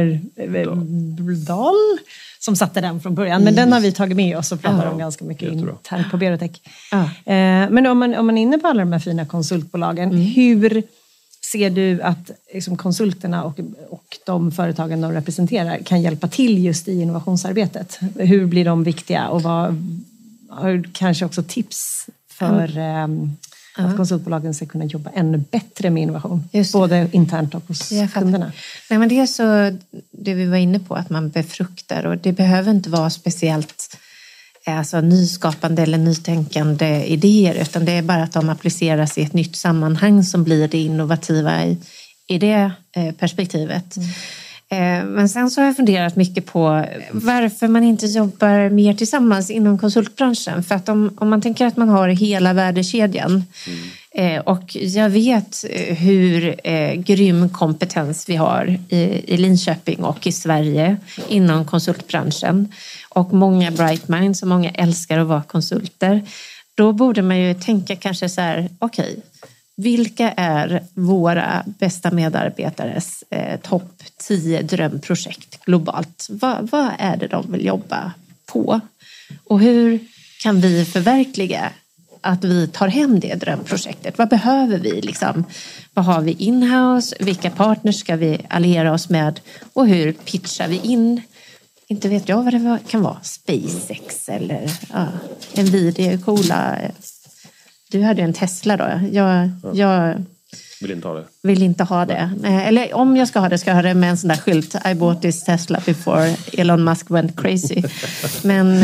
Wetterdahl som satte den från början. Men den har vi tagit med oss och pratar om ganska mycket internt på Berotech. Men om man är inne på alla de här fina konsultbolagen, hur ser du att liksom, konsulterna och de företagen de representerar kan hjälpa till just i innovationsarbetet? Hur blir de viktiga och har du kanske också tips för att konsultbolagen ska kunna jobba ännu bättre med innovation? Både internt och hos kunderna. Nej, men det är så det vi var inne på, att man befruktar, och det behöver inte vara speciellt alltså nyskapande eller nytänkande idéer, utan det är bara att de appliceras i ett nytt sammanhang som blir det innovativa i det perspektivet. Men sen så har jag funderat mycket på varför man inte jobbar mer tillsammans inom konsultbranschen. För att om man tänker att man har hela värdekedjan och jag vet hur grym kompetens vi har i Linköping och i Sverige inom konsultbranschen och många bright minds och många älskar att vara konsulter, då borde man ju tänka kanske så här, okej, vilka är våra bästa medarbetares topp 10 drömprojekt globalt? Vad är det de vill jobba på? Och hur kan vi förverkliga att vi tar hem det drömprojektet? Vad behöver vi? Liksom? Vad har vi in-house? Vilka partners ska vi alliera oss med? Och hur pitchar vi in? Inte vet jag vad det kan vara. SpaceX eller Nvidia, coola Du hade ju en Tesla då. Jag vill inte ha det. Eller om jag ska ha det, ska jag ha det med en sån där skylt. I bought this Tesla before Elon Musk went crazy. Men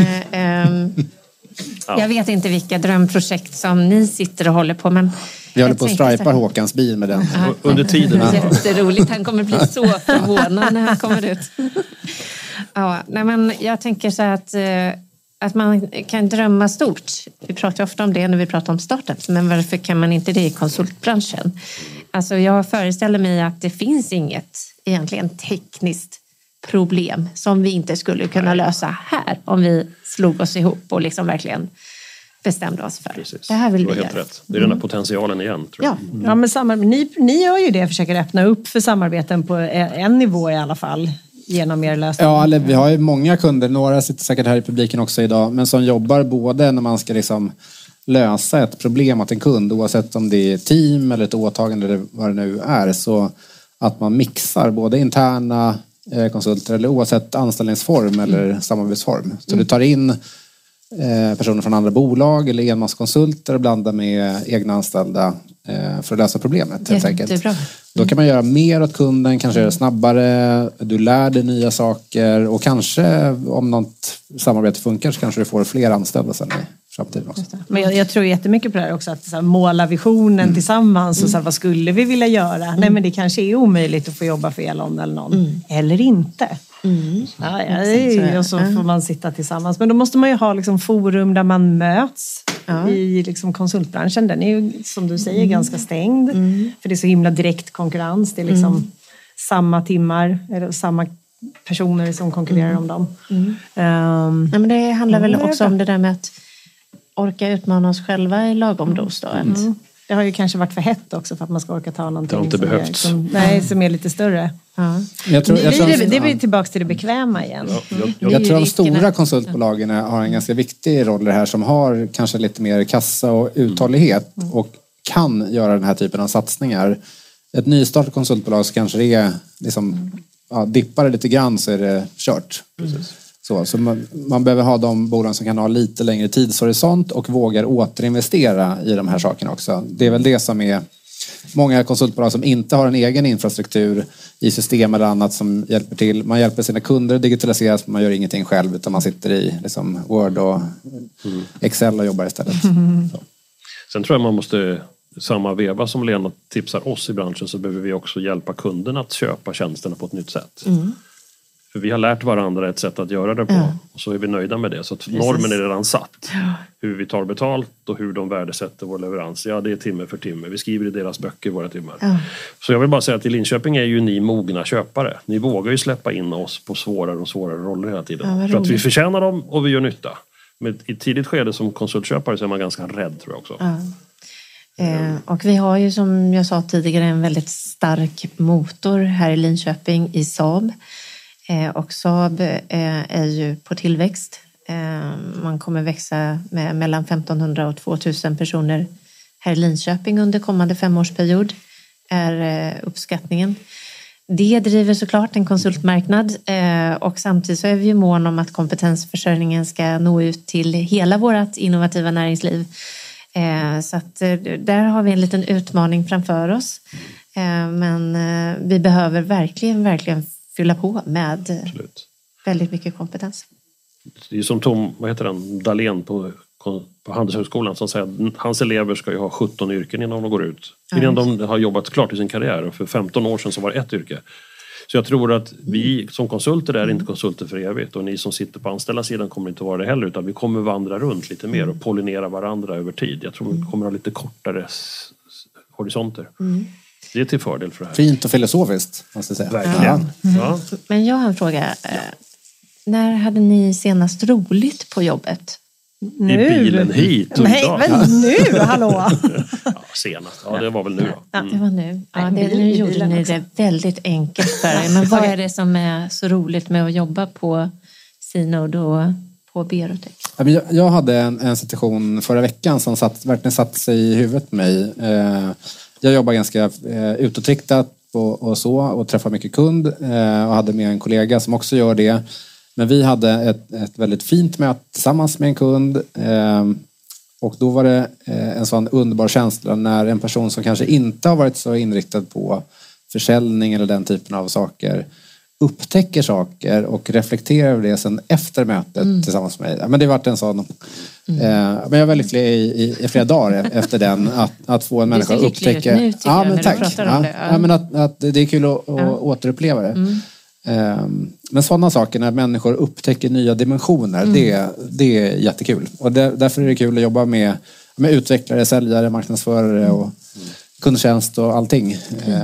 jag vet inte vilka drömprojekt som ni sitter och håller på. Men vi håller på att stripa Håkans bil med den. Under tiden. Jätteroligt. Han kommer bli så förvånad när han kommer ut. Ja, nej, men jag tänker så här att man kan drömma stort. Vi pratar ofta om det när vi pratar om startups. Men varför kan man inte det i konsultbranschen? Alltså jag föreställer mig att det finns inget egentligen tekniskt problem som vi inte skulle kunna lösa här om vi slog oss ihop och liksom verkligen bestämde oss för. Precis. Det här vill vi helt göra. rätt. Det är den här potentialen igen, tror jag. Ja, men ni gör ju det, försöker öppna upp för samarbeten på en nivå i alla fall. Genom er lösning. Ja, eller vi har ju många kunder, några sitter säkert här i publiken också idag, men som jobbar både när man ska liksom lösa ett problem åt en kund, oavsett om det är team eller ett åtagande eller vad det nu är, så att man mixar både interna konsulter eller oavsett anställningsform eller samarbetsform. Så du tar in personer från andra bolag eller enmanskonsulter och blandar med egna anställda för att lösa problemet helt enkelt. Då kan man göra mer åt kunden, kanske göra snabbare, du lär dig nya saker och kanske om något samarbete funkar så kanske du får fler anställda sen i framtiden också. Men jag tror jättemycket på det här också, att så här, måla visionen tillsammans och så här, vad skulle vi vilja göra? Nej, men det kanske är omöjligt att få jobba för Elon eller någon. Eller inte. Och så får man sitta tillsammans. Men då måste man ju ha liksom forum där man möts i liksom konsultbranschen. Den är ju, som du säger, ganska stängd. För det är så himla direkt konkurrens. Det är liksom samma timmar eller samma personer som konkurrerar om dem. Ja, men det handlar väl också om det där med att orka utmana oss själva i lagom dos då. Det har ju kanske varit för hett också för att man ska orka ta någonting. Det har inte behövts. Som är lite större. Det blir tillbaka till det bekväma igen. Jag tror de stora konsultbolagen har en ganska viktig roll i det här, som har kanske lite mer kassa och uthållighet och kan göra den här typen av satsningar. Ett nystartat konsultbolag så kanske det är liksom, dippar det lite grann så är det kört. Så man behöver ha de bolag som kan ha lite längre tidshorisont och vågar återinvestera i de här sakerna också. Det är väl det som är många konsultbolag som inte har en egen infrastruktur i system eller annat som hjälper till. Man hjälper sina kunder digitaliseras, men man gör ingenting själv utan man sitter i liksom Word och Excel och jobbar istället. Sen tror jag man måste, samma veva som Lena tipsar oss i branschen, så behöver vi också hjälpa kunden att köpa tjänsterna på ett nytt sätt. För vi har lärt varandra ett sätt att göra det på. Och så är vi nöjda med det. Så att normen är redan satt. Hur vi tar betalt och hur de värdesätter vår leverans. Ja, det är timme för timme. Vi skriver i deras böcker våra timmar. Så jag vill bara säga att i Linköping är ju ni mogna köpare. Ni vågar ju släppa in oss på svårare och svårare roller hela tiden. För att vi förtjänar dem och vi gör nytta. Men i ett tidigt skede som konsultköpare så är man ganska rädd, tror jag också. Och vi har ju, som jag sa tidigare, en väldigt stark motor här i Linköping i Saab. Och Saab är ju på tillväxt. Man kommer växa med mellan 1500 och 2000 personer här i Linköping under kommande 5-årsperiod, är uppskattningen. Det driver såklart en konsultmarknad, och samtidigt så är vi ju mån om att kompetensförsörjningen ska nå ut till hela vårt innovativa näringsliv. Så att där har vi en liten utmaning framför oss. Men vi behöver verkligen fylla på med väldigt mycket kompetens. Det är som Tom, Dahlén på Handelshögskolan som säger att hans elever ska ju ha 17 yrken innan de går ut. Innan de har jobbat klart i sin karriär. Och för 15 år sedan så var det ett yrke. Så jag tror att vi som konsulter är inte konsulter för evigt. Och ni som sitter på anställarsidan kommer inte att vara det heller. Utan vi kommer vandra runt lite mer och pollinera varandra över tid. Jag tror vi kommer att ha lite kortare horisonter. Det är till fördel för det här. Fint och filosofiskt, måste jag säga. Verkligen. Ja. Men jag har en fråga. När hade ni senast roligt på jobbet? Nu. I bilen hit. Nej, men nu, hallå! Senast. Ja, det var väl nu då. Det var nu. Nu gjorde ni det väldigt enkelt för er. Men vad är det som är så roligt med att jobba på C-Node och på Berotech? Jag hade en situation förra veckan som verkligen satt sig i huvudet på mig. Jag jobbar ganska utåtriktat och träffar mycket kund. Och hade med en kollega som också gör det. Men vi hade ett väldigt fint möte tillsammans med en kund. Och då var det en sån underbar känsla när en person som kanske inte har varit så inriktad på försäljning eller den typen av saker upptäcker saker och reflekterar över det sen efter mötet tillsammans med mig. Men det har varit en sån... men jag var lycklig i flera dagar efter den att få en människa att upptäcka... Nu, ja, men tack. Ja, men att det är kul att återuppleva det. Men sådana saker när människor upptäcker nya dimensioner, det är jättekul. Och därför är det kul att jobba med utvecklare, säljare, marknadsförare och kundtjänst och allting.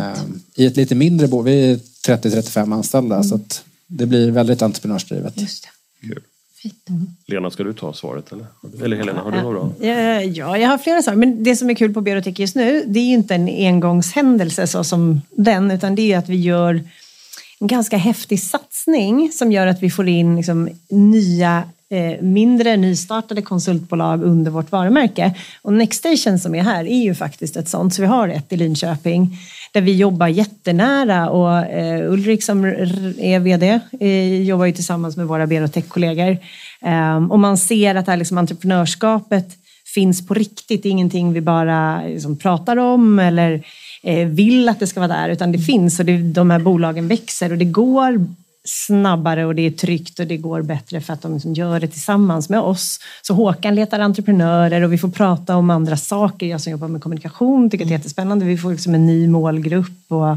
I ett lite mindre bolag, vi är 30-35 anställda så att det blir väldigt entreprenörsdrivet. Just det. Kul. Lena, ska du ta svaret eller? Eller Helena, har du några bra? Ja, jag har flera saker. Men det som är kul på Berotech just nu, det är ju inte en engångshändelse så som den, utan det är att vi gör en ganska häftig satsning som gör att vi får in liksom nya mindre nystartade konsultbolag under vårt varumärke. Och Nextation som är här är ju faktiskt ett sånt. Så vi har ett i Linköping där vi jobbar jättenära och Ulrik som är vd jobbar ju tillsammans med våra Berotech-kollegor. Och man ser att det här liksom entreprenörskapet finns på riktigt. Det är ingenting vi bara liksom pratar om eller vill att det ska vara där, utan det finns och de här bolagen växer och det går snabbare och det är tryggt och det går bättre för att de liksom gör det tillsammans med oss. Så Håkan letar entreprenörer och vi får prata om andra saker. Jag som jobbar med kommunikation tycker det är jättespännande. Vi får liksom en ny målgrupp och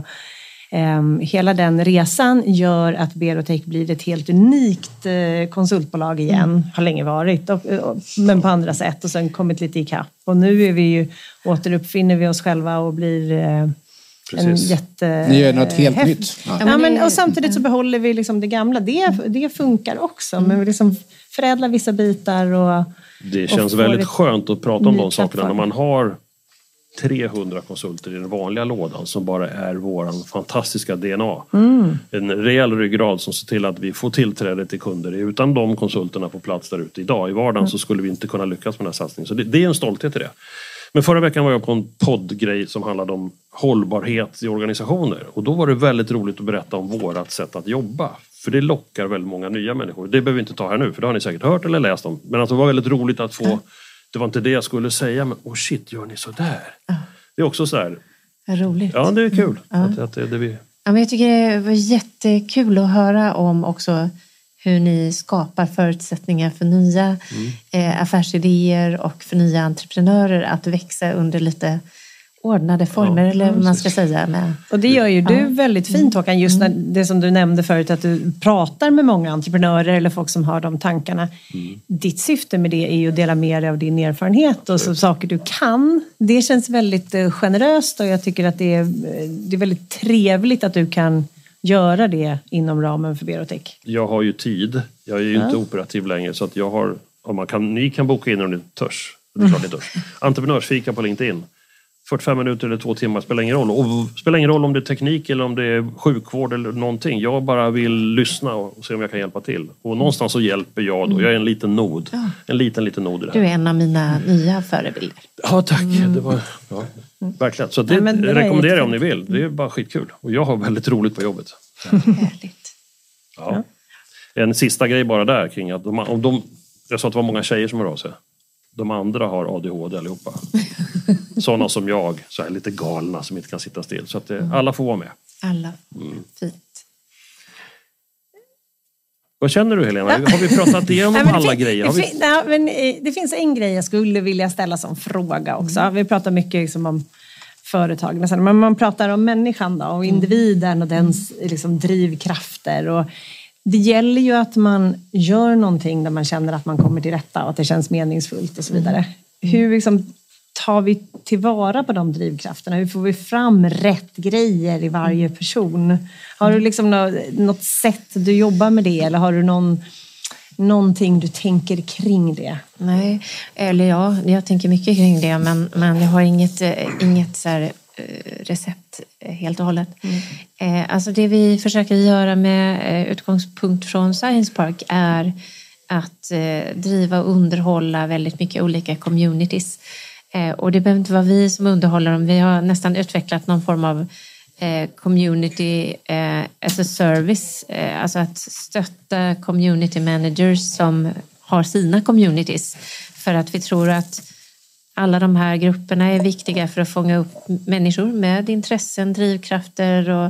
hela den resan gör att Berotech blir ett helt unikt konsultbolag igen. Har länge varit, men på andra sätt och sen kommit lite i kapp. Och nu är vi ju, återuppfinner vi oss själva och blir en jätte... Ni gör något helt nytt. Ja, men, och samtidigt så behåller vi liksom det gamla. Det funkar också, men vi liksom förädlar vissa bitar och... Det känns väldigt skönt att prata om de sakerna när man har 300 konsulter i den vanliga lådan som bara är våran fantastiska DNA. En rejäl ryggrad som ser till att vi får tillträde till kunder. Utan de konsulterna på plats där ute idag i vardagen så skulle vi inte kunna lyckas med den här satsningen. Så det är en stolthet i det. Men förra veckan var jag på en poddgrej som handlade om hållbarhet i organisationer. Och då var det väldigt roligt att berätta om vårat sätt att jobba. För det lockar väldigt många nya människor. Det behöver vi inte ta här nu, för det har ni säkert hört eller läst om. Men alltså, det var väldigt roligt att få... Det var inte det jag skulle säga, men shit, gör ni så där? Det är också så här... Roligt. Ja, det är kul. Att det vi... Ja, men jag tycker det var jättekul att höra om också hur ni skapar förutsättningar för nya affärsidéer och för nya entreprenörer att växa under lite ordnade former eller vad man ska säga. Och det gör ju du väldigt fint, Håkan, just när, det som du nämnde förut, att du pratar med många entreprenörer eller folk som har de tankarna. Ditt syfte med det är ju att dela med dig av din erfarenhet och så saker du kan. Det känns väldigt generöst och jag tycker att det är väldigt trevligt att du kan göra det inom ramen för Berotech. Jag har ju tid. Jag är ju inte operativ längre så att jag har... Ni kan boka in om ni törs. Det är klart ni törs. Entreprenörsfika på LinkedIn. 45 minuter eller 2 timmar spelar ingen roll. Och spelar ingen roll om det är teknik eller om det är sjukvård eller någonting. Jag bara vill lyssna och se om jag kan hjälpa till. Och någonstans så hjälper jag då. Jag är en liten nod. En liten nod i det här. Du är en av mina nya förebilder. Ja, tack. Det var, verkligen. Så det rekommenderar jag om ni vill. Det är bara skitkul. Och jag har väldigt roligt på jobbet. Härligt. Ja. En sista grej bara där kring att jag sa att det var många tjejer som var av sig. De andra har ADHD allihopa. Sådana som jag, så här lite galna som inte kan sitta still. Så att alla får vara med. Alla. Fint. Vad känner du, Helena? Har vi pratat igenom alla grejer? Det finns en grej jag skulle vilja ställa som fråga också. Vi pratar mycket liksom om företag. Men man pratar om människan då, och individen och dens liksom, drivkrafter. Och det gäller ju att man gör någonting där man känner att man kommer till rätta och att det känns meningsfullt och så vidare. Hur liksom tar vi tillvara på de drivkrafterna? Hur får vi fram rätt grejer i varje person? Har du liksom något sätt du jobbar med det? Eller har du någonting du tänker kring det? Nej, eller ja, jag tänker mycket kring det. Men jag har inget så här recept helt och hållet. Alltså det vi försöker göra med utgångspunkt från Science Park är att driva och underhålla väldigt mycket olika communities. Och det behöver inte vara vi som underhåller dem. Vi har nästan utvecklat någon form av community as a service. Alltså att stötta community managers som har sina communities. För att vi tror att alla de här grupperna är viktiga för att fånga upp människor med intressen, drivkrafter och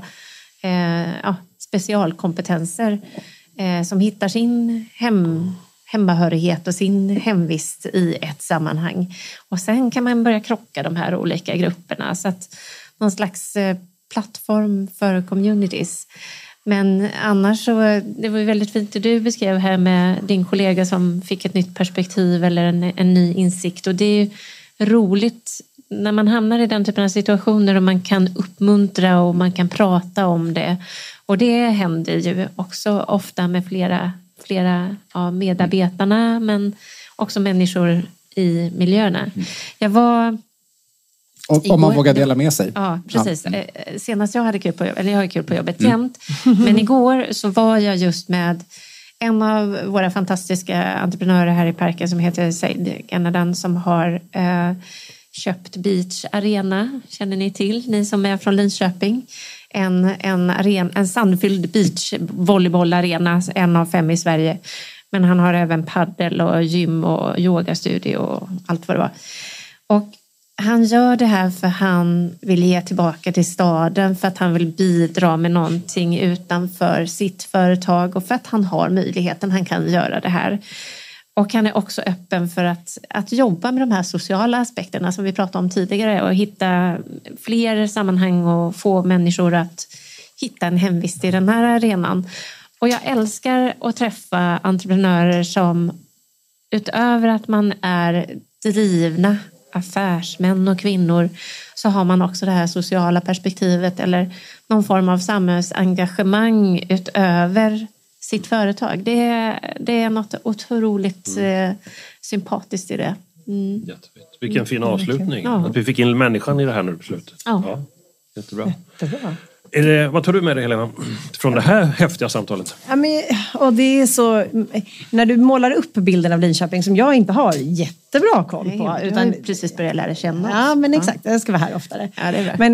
specialkompetenser som hittar sin hemmahörighet och sin hemvist i ett sammanhang. Och sen kan man börja krocka de här olika grupperna så att någon slags plattform för communities. Men annars så, det var ju väldigt fint det du beskrev här med din kollega som fick ett nytt perspektiv eller en ny insikt. Och det är ju roligt när man hamnar i den typen av situationer och man kan uppmuntra och man kan prata om det. Och det händer ju också ofta med flera av medarbetarna men också människor i miljöerna. Jag var... Om man vågar dela med sig. Ja, precis. Ja. Senast jag hade kul på jobbet, eller jag har kul på jobbet jämt. Men igår så var jag just med en av våra fantastiska entreprenörer här i parken som heter Said Ganadan som har köpt Beach Arena. Känner ni till? Ni som är från Linköping. En sandfylld beachvolleybollarena, en av 5 i Sverige. Men han har även paddel och gym och yogastudio och allt vad det var. Och han gör det här för han vill ge tillbaka till staden, för att han vill bidra med någonting utanför sitt företag och för att han har möjligheten, han kan göra det här. Och han är också öppen för att jobba med de här sociala aspekterna som vi pratade om tidigare och hitta fler sammanhang och få människor att hitta en hemvist i den här arenan. Och jag älskar att träffa entreprenörer som utöver att man är drivna affärsmän och kvinnor så har man också det här sociala perspektivet eller någon form av samhällsengagemang utöver sitt företag. Det är något otroligt sympatiskt i det. Jättefint. Vilken fin avslutning. Ja. Att vi fick in människan i det här nu på slutet. Ja. Jättebra. Vad tar du med dig, Helena, från det här häftiga samtalet? Ja, och det är så, när du målar upp bilden av Linköping som jag inte har jättebra koll på. Utan precis börjar lära känna. Ja, men exakt. Jag ska vara här oftare. Ja, det är bra.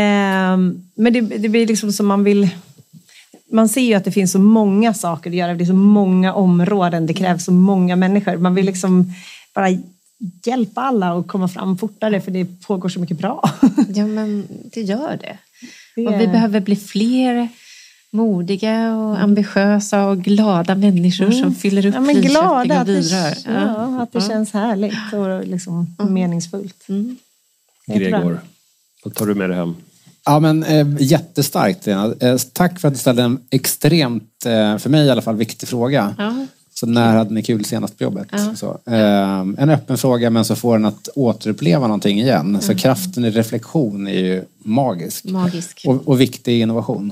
Men det blir liksom som man vill... Man ser ju att det finns så många saker att göra. Det är så många områden. Det krävs så många människor. Man vill liksom bara hjälpa alla att komma fram fortare för det pågår så mycket bra. Ja, men det gör det. Och vi behöver bli fler modiga och ambitiösa och glada människor som fyller upp Linköping och bidrar. Att det känns härligt och liksom meningsfullt. Gregor, vad tar du med dig hem? Ja, men jättestarkt, Lena. Tack för att du ställde en extremt, för mig i alla fall, viktig fråga. Ja. Så när hade ni kul senast på jobbet? Ja. Så, en öppen fråga, men så får den att återuppleva någonting igen. Så kraften i reflektion är ju magisk. Och viktig innovation.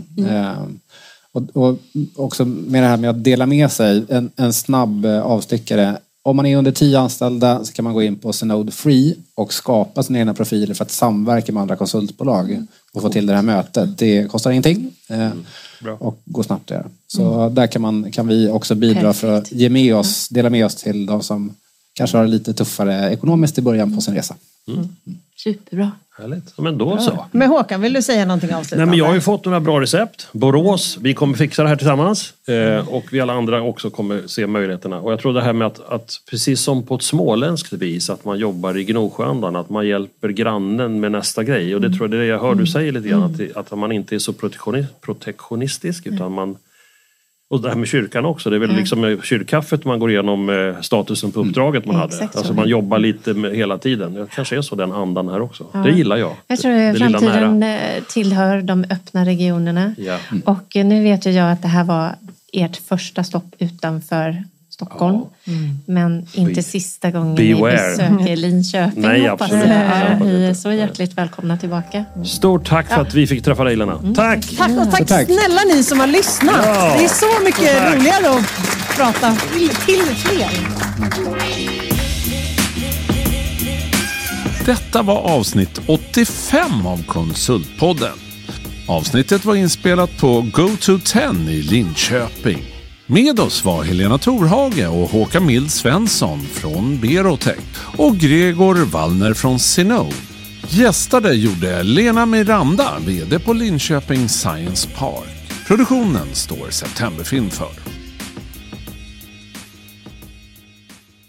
Och också med det här med att dela med sig. En snabb avstickare. Om man är under 10 anställda så kan man gå in på Zenode Free och skapa sina egna profiler för att samverka med andra konsultbolag och få till det här mötet. Det kostar ingenting och går snabbt där. Så där kan vi också bidra för att dela med oss till de som kanske har det lite tuffare ekonomiskt i början på sin resa. Superbra. Härligt. Men då så. Men Håkan, vill du säga någonting avslutande? Nej, men jag har ju fått några bra recept. Borås, vi kommer fixa det här tillsammans. Och vi alla andra också kommer se möjligheterna. Och jag tror det här med att precis som på ett småländskt vis, att man jobbar i Gnosjöandan, att man hjälper grannen med nästa grej. Och det tror jag det jag hör du säger lite grann, att man inte är så protektionistisk, utan man... Och det här med kyrkan också, det är väl liksom med kyrkkaffet man går igenom statusen på uppdraget man hade. Alltså man jobbar lite med hela tiden. Det kanske är så den andan här också. Ja. Det gillar jag. Jag tror att framtiden tillhör de öppna regionerna. Ja. Och nu vet jag att det här var ert första stopp utanför Stockholm. Men inte sista gången ni besöker Linköping. Nej, absolut. Ni är så hjärtligt välkomna tillbaka. Stort tack för att vi fick träffa dig, Lena. Tack! Tack snälla ni som har lyssnat. Ja. Det är så mycket roligare att prata till fler. Detta var avsnitt 85 av Konsultpodden. Avsnittet var inspelat på Go210 i Linköping. Med oss var Helena Torhage och Håkan Mild Svensson från Berotech och Gregor Wallner från Zenode. Gästade gjorde Lena Miranda, vd på Linköping Science Park. Produktionen står Septemberfilm för.